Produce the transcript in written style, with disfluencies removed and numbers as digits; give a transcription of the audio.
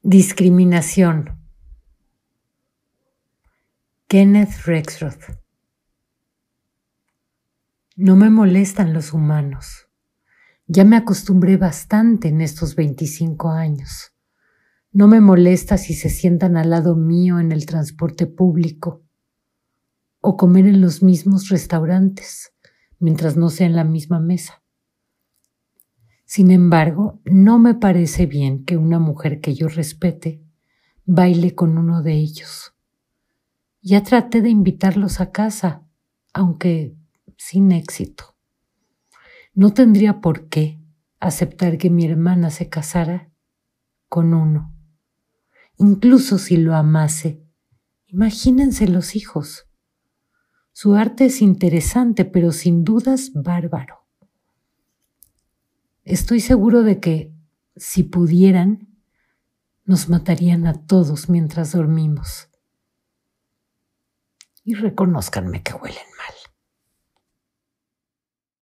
Discriminación. Kenneth Rexroth. No me molestan los humanos. Ya me acostumbré bastante en estos 25 años. No me molesta si se sientan al lado mío en el transporte público o comer en los mismos restaurantes, mientras no sea en la misma mesa. Sin embargo, no me parece bien que una mujer que yo respete baile con uno de ellos. Ya traté de invitarlos a casa, aunque sin éxito. No tendría por qué aceptar que mi hermana se casara con uno. Incluso si lo amase, imagínense los hijos. Su arte es interesante, pero sin dudas bárbaro. Estoy seguro de que, si pudieran, nos matarían a todos mientras dormimos. Y reconózcanme que huelen